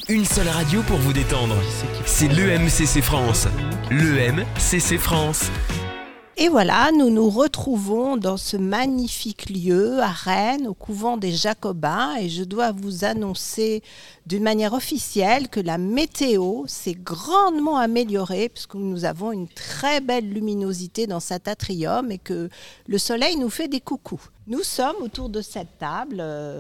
Une seule radio pour vous détendre. C'est l'EMCC France. L'EMCC France. Et voilà, nous nous retrouvons dans ce magnifique lieu à Rennes, au couvent des Jacobins. Et je dois vous annoncer d'une manière officielle que la météo s'est grandement améliorée puisque nous avons une très belle luminosité dans cet atrium et que le soleil nous fait des coucous. Nous sommes autour de cette table,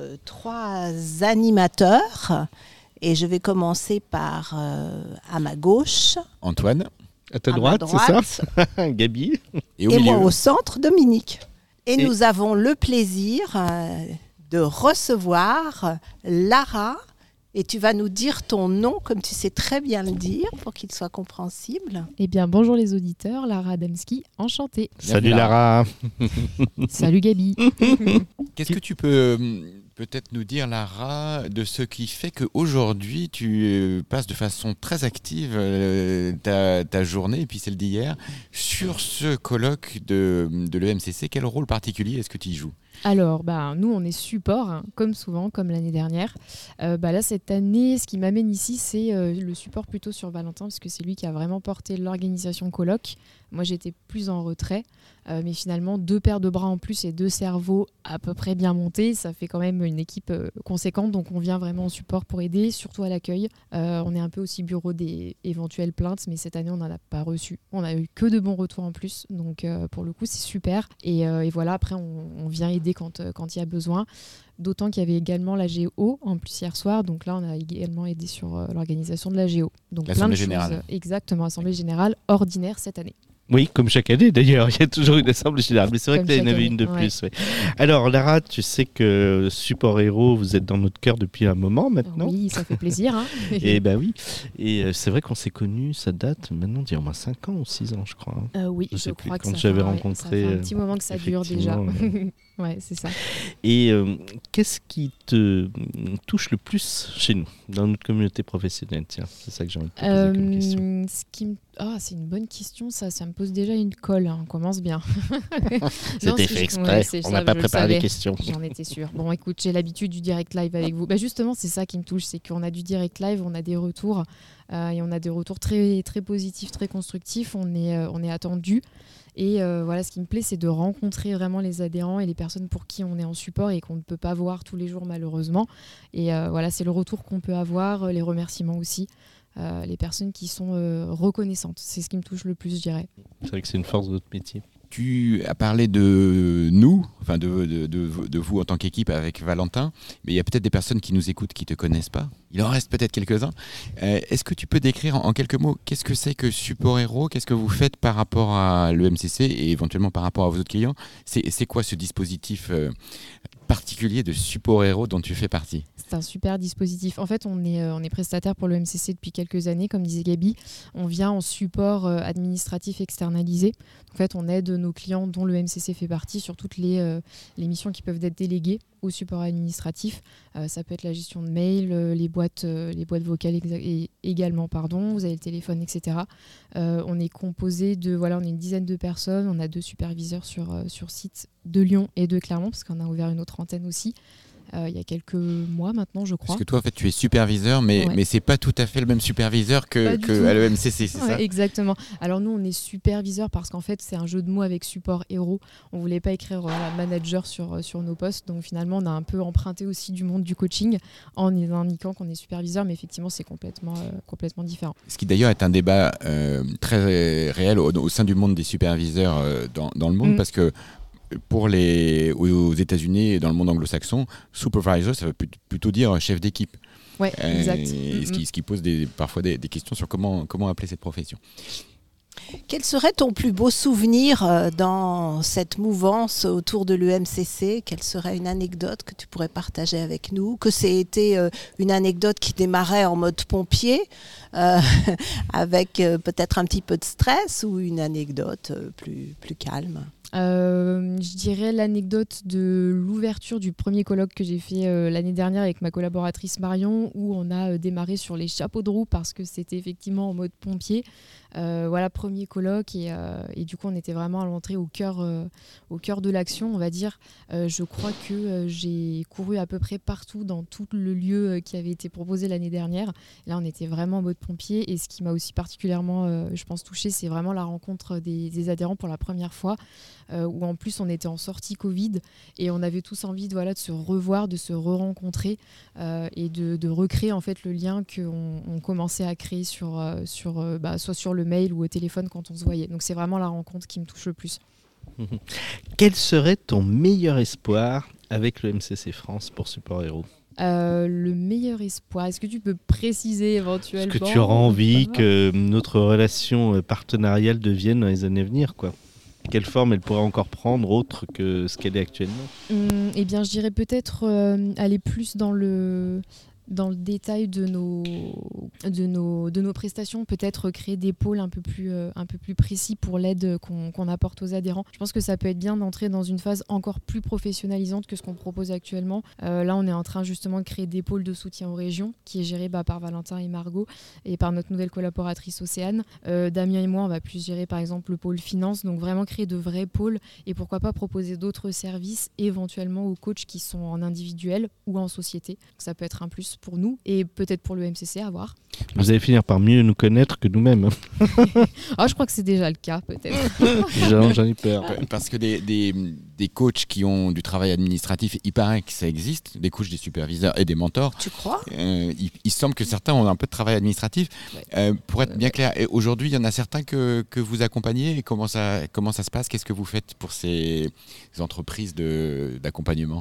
3 animateurs. Et je vais commencer par à ma gauche. Antoine. À ta droite, c'est ça Gabi. Et moi au centre, Dominique. Et nous avons le plaisir de recevoir Lara. Et tu vas nous dire ton nom, comme tu sais très bien le dire, pour qu'il soit compréhensible. Eh bien, bonjour les auditeurs, Lara Adamski, enchantée. Salut Lara. Salut Gabi. Qu'est-ce que tu peux peut-être nous dire, Lara, de ce qui fait qu'aujourd'hui, tu passes de façon très active ta journée, et puis celle d'hier, sur ce colloque de l'EMCC. Quel rôle particulier est-ce que tu y joues ? Alors, nous, on est support, hein, comme souvent, comme l'année dernière. Là, cette année, ce qui m'amène ici, c'est le support plutôt sur Valentin, parce que c'est lui qui a vraiment porté l'organisation colloque. Moi, j'étais plus en retrait. Mais finalement, 2 paires de bras en plus et 2 cerveaux à peu près bien montés, ça fait quand même une équipe conséquente. Donc, on vient vraiment en support pour aider, surtout à l'accueil. On est un peu aussi bureau des éventuelles plaintes, mais cette année, on n'en a pas reçu. On a eu que de bons retours en plus. Donc, pour le coup, c'est super. Et voilà, après, on vient aider quand il y a besoin. D'autant qu'il y avait également la GO en plus hier soir. Donc là, on a également aidé sur l'organisation de la GO. Donc, l'Assemblée générale. Exactement, Assemblée générale ordinaire cette année. Oui, comme chaque année d'ailleurs, il y a toujours une assemblée générale, mais c'est vrai qu'il y en avait une de plus. Ouais. Alors Lara, tu sais que Support Héros, vous êtes dans notre cœur depuis un moment maintenant. Oui, ça fait plaisir. Hein. Et oui, et c'est vrai qu'on s'est connus, ça date maintenant d'il y a au moins 5 ans ou 6 ans, je crois. Oui, je crois que quand ça j'avais fait, rencontré. Ça fait un petit moment que ça dure déjà. Ouais, c'est ça. Et qu'est-ce qui te touche le plus chez nous, dans notre communauté professionnelle ? Tiens, c'est ça que j'ai envie de te poser comme question. C'est une bonne question, ça me pose déjà une colle, hein. On commence bien. C'était fait exprès, on n'a pas préparé les questions. J'en étais sûre. Bon, écoute, j'ai l'habitude du direct live avec vous. Justement, c'est ça qui me touche, c'est qu'on a du direct live, on a des retours, et on a des retours très, très positifs, très constructifs, on est attendu. Et voilà, ce qui me plaît, c'est de rencontrer vraiment les adhérents et les personnes pour qui on est en support et qu'on ne peut pas voir tous les jours malheureusement. Et voilà, c'est le retour qu'on peut avoir, les remerciements aussi. Les personnes qui sont reconnaissantes. C'est ce qui me touche le plus, je dirais. C'est vrai que c'est une force de votre métier. Tu as parlé de nous, enfin de vous en tant qu'équipe avec Valentin, mais il y a peut-être des personnes qui nous écoutent qui ne te connaissent pas. Il en reste peut-être quelques-uns. Est-ce que tu peux décrire en quelques mots qu'est-ce que c'est que Support Héros ? Qu'est-ce que vous faites par rapport à l'EMCC et éventuellement par rapport à vos autres clients ? C'est quoi ce dispositif particulier de Support Héros dont tu fais partie ? C'est un super dispositif. En fait, on est prestataire pour le MCC depuis quelques années, comme disait Gabi. On vient en support administratif externalisé. En fait, on aide nos clients dont le MCC fait partie sur toutes les missions qui peuvent être déléguées au support administratif. Ça peut être la gestion de mail, les boîtes vocales également, vous avez le téléphone, etc. On est composé on est une dizaine de personnes. On a 2 superviseurs sur site de Lyon et de Clermont, parce qu'on a ouvert une autre antenne aussi. Il y a quelques mois maintenant, je crois. Parce que toi, en fait, tu es superviseur, mais c'est pas tout à fait le même superviseur que à l'EMCC, c'est ça ? Exactement. Alors nous, on est superviseur parce qu'en fait, c'est un jeu de mots avec Support Héros. On voulait pas écrire manager sur nos postes, donc finalement, on a un peu emprunté aussi du monde du coaching en indiquant qu'on est superviseur, mais effectivement, c'est complètement différent. Ce qui d'ailleurs est un débat très réel au sein du monde des superviseurs dans le monde, parce que aux États-Unis et dans le monde anglo-saxon, supervisor, ça veut plutôt dire chef d'équipe. Ouais, exact. Ce qui pose parfois des questions sur comment appeler cette profession. Quel serait ton plus beau souvenir dans cette mouvance autour de l'EMCC ? Quelle serait une anecdote que tu pourrais partager avec nous ? Que c'était une anecdote qui démarrait en mode pompier, avec peut-être un petit peu de stress, ou une anecdote plus calme ? Je dirais l'anecdote de l'ouverture du premier colloque que j'ai fait l'année dernière avec ma collaboratrice Marion, où on a démarré sur les chapeaux de roue parce que c'était effectivement en mode pompier. Premier colloque et du coup on était vraiment à l'entrée au cœur de l'action, on va dire. Je crois que j'ai couru à peu près partout dans tout le lieu qui avait été proposé l'année dernière. Là on était vraiment en mode pompier, et ce qui m'a aussi particulièrement je pense touchée, c'est vraiment la rencontre des adhérents pour la première fois, où en plus on était en sortie Covid et on avait tous envie de se revoir, de se re-rencontrer et de recréer en fait le lien qu'on commençait à créer soit sur le mail ou au téléphone quand on se voyait. Donc c'est vraiment la rencontre qui me touche le plus. Quel serait ton meilleur espoir avec le MCC France pour Support Héros ? Le meilleur espoir, est-ce que tu peux préciser éventuellement ? Est-ce que tu auras envie que notre relation partenariale devienne dans les années à venir, quoi ? Quelle forme elle pourrait encore prendre autre que ce qu'elle est actuellement ? Eh bien, je dirais peut-être aller plus dans le détail de nos prestations, peut-être créer des pôles un peu plus précis pour l'aide qu'on apporte aux adhérents. Je pense que ça peut être bien d'entrer dans une phase encore plus professionnalisante que ce qu'on propose actuellement. Là, on est en train justement de créer des pôles de soutien aux régions, qui est géré par Valentin et Margot, et par notre nouvelle collaboratrice Océane. Damien et moi, on va plus gérer par exemple le pôle finance, donc vraiment créer de vrais pôles, et pourquoi pas proposer d'autres services éventuellement aux coachs qui sont en individuel ou en société. Donc, ça peut être un plus pour nous et peut-être pour le MCC, à voir. Vous allez finir par mieux nous connaître que nous-mêmes. Je crois que c'est déjà le cas, peut-être. J'en ai peur. Parce que des coachs qui ont du travail administratif, il paraît que ça existe, des coachs, des superviseurs et des mentors. Tu crois ? Il semble que certains ont un peu de travail administratif. Ouais. Pour être bien clair, aujourd'hui, il y en a certains que vous accompagnez, et comment ça se passe ? Qu'est-ce que vous faites pour ces entreprises d'accompagnement ?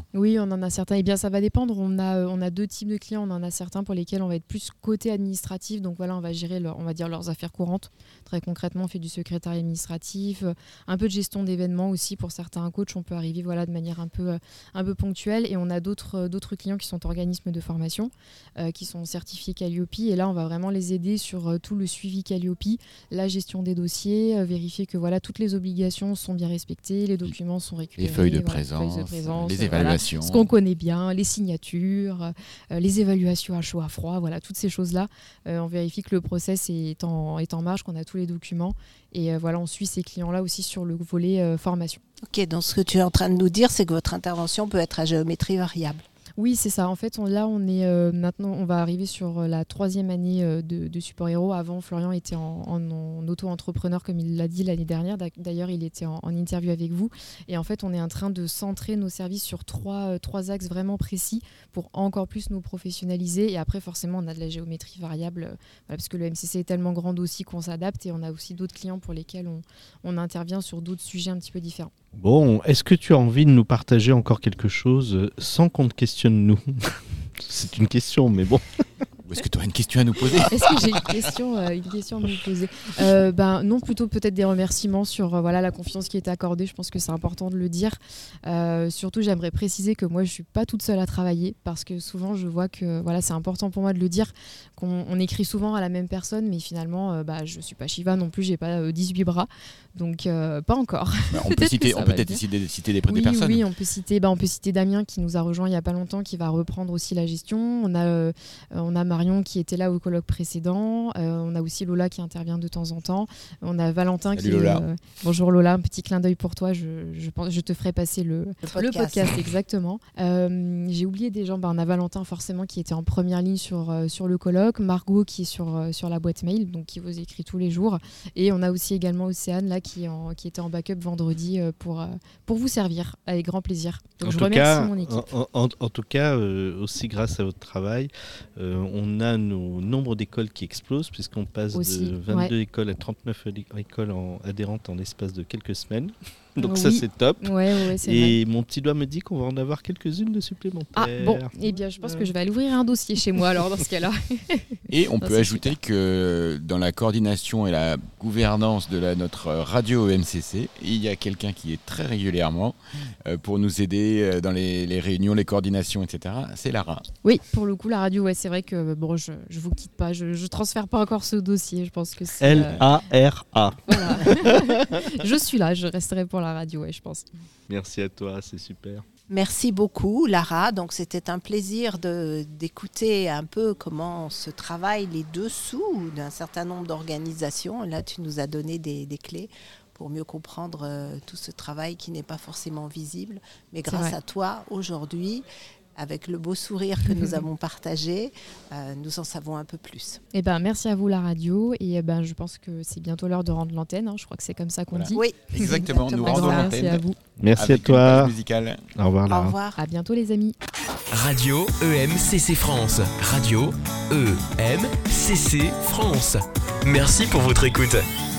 Oui, on en a certains. Eh bien, ça va dépendre. On a deux types de clients. On en a certains pour lesquels on va être plus côté administratif. Donc voilà, on va gérer leurs affaires courantes. Très concrètement, on fait du secrétariat administratif, un peu de gestion d'événements aussi. Pour certains coachs, on peut arriver de manière un peu ponctuelle. Et on a d'autres clients qui sont organismes de formation, qui sont certifiés Calliope. Et là, on va vraiment les aider sur tout le suivi Calliope, la gestion des dossiers, vérifier que toutes les obligations sont bien respectées, les documents sont récupérés. Les feuilles de présence, les évaluations. Ce qu'on connaît bien, les signatures, les évaluations à chaud, à froid, toutes ces choses-là. On vérifie que le process est en marche, qu'on a tous les documents. Et on suit ces clients-là aussi sur le volet formation. Ok, donc ce que tu es en train de nous dire, c'est que votre intervention peut être à géométrie variable. Oui, c'est ça. En fait, maintenant, on va arriver sur la 3e année de Support Héros. Avant, Florian était en auto-entrepreneur, comme il l'a dit l'année dernière. D'ailleurs, il était en interview avec vous. Et en fait, on est en train de centrer nos services sur trois axes vraiment précis pour encore plus nous professionnaliser. Et après, forcément, on a de la géométrie variable parce que le MCC est tellement grand aussi qu'on s'adapte. Et on a aussi d'autres clients pour lesquels on intervient sur d'autres sujets un petit peu différents. Bon, est-ce que tu as envie de nous partager encore quelque chose sans qu'on te questionne nous ? C'est une question, mais bon. Ou est-ce que tu aurais une question à nous poser ? Est-ce que j'ai une question à nous poser ? Non, plutôt peut-être des remerciements sur la confiance qui est accordée. Je pense que c'est important de le dire. Surtout, j'aimerais préciser que moi, je ne suis pas toute seule à travailler parce que souvent, je vois que c'est important pour moi de le dire, qu'on écrit souvent à la même personne, mais finalement, je ne suis pas Shiva non plus, je n'ai pas 18 bras. Donc, pas encore. On peut peut-être citer des personnes. Oui, on peut citer Damien qui nous a rejoint il n'y a pas longtemps, qui va reprendre aussi la gestion. On a Marion qui était là au colloque précédent. On a aussi Lola qui intervient de temps en temps. On a Valentin. Salut Lola. Bonjour Lola, un petit clin d'œil pour toi. Je te ferai passer le podcast. Exactement. J'ai oublié des gens. On a Valentin forcément qui était en première ligne sur le colloque. Margot qui est sur la boîte mail, donc qui vous écrit tous les jours. Et on a aussi également Océane là qui était en backup vendredi pour vous servir avec grand plaisir. Donc je remercie mon équipe. En tout cas, aussi grâce à votre travail, on a nos nombres d'écoles qui explosent puisqu'on passe de 22 écoles à 39 écoles adhérentes en l'espace de quelques semaines. Donc ça c'est top. C'est et vrai. Mon petit doigt me dit qu'on va en avoir quelques-unes de supplémentaires. Eh bien je pense que je vais aller ouvrir un dossier chez moi alors dans ce cas-là. Et on peut ajouter que dans la coordination et la gouvernance de notre radio MCC, il y a quelqu'un qui est très régulièrement pour nous aider dans les réunions, les coordinations, etc. C'est Lara. Oui, pour le coup la radio, c'est vrai que je vous quitte pas, je transfère pas encore ce dossier. Je pense que c'est L-A-R-A. Voilà. Je suis là, je resterai pour pour la radio, je pense. Merci à toi, c'est super. Merci beaucoup, Lara. Donc, c'était un plaisir d'écouter un peu comment se travaillent les dessous d'un certain nombre d'organisations. Là, tu nous as donné des clés pour mieux comprendre tout ce travail qui n'est pas forcément visible. Mais grâce à toi, aujourd'hui, avec le beau sourire que nous avons partagé, nous en savons un peu plus. Merci à vous, la radio. Et je pense que c'est bientôt l'heure de rendre l'antenne. Je crois que c'est comme ça qu'on dit. Oui, exactement. Nous rendons l'antenne. Merci à vous. Merci à toi. Au revoir, Lara. Au revoir. À bientôt, les amis. Radio EMCC France. Radio EMCC France. Merci pour votre écoute.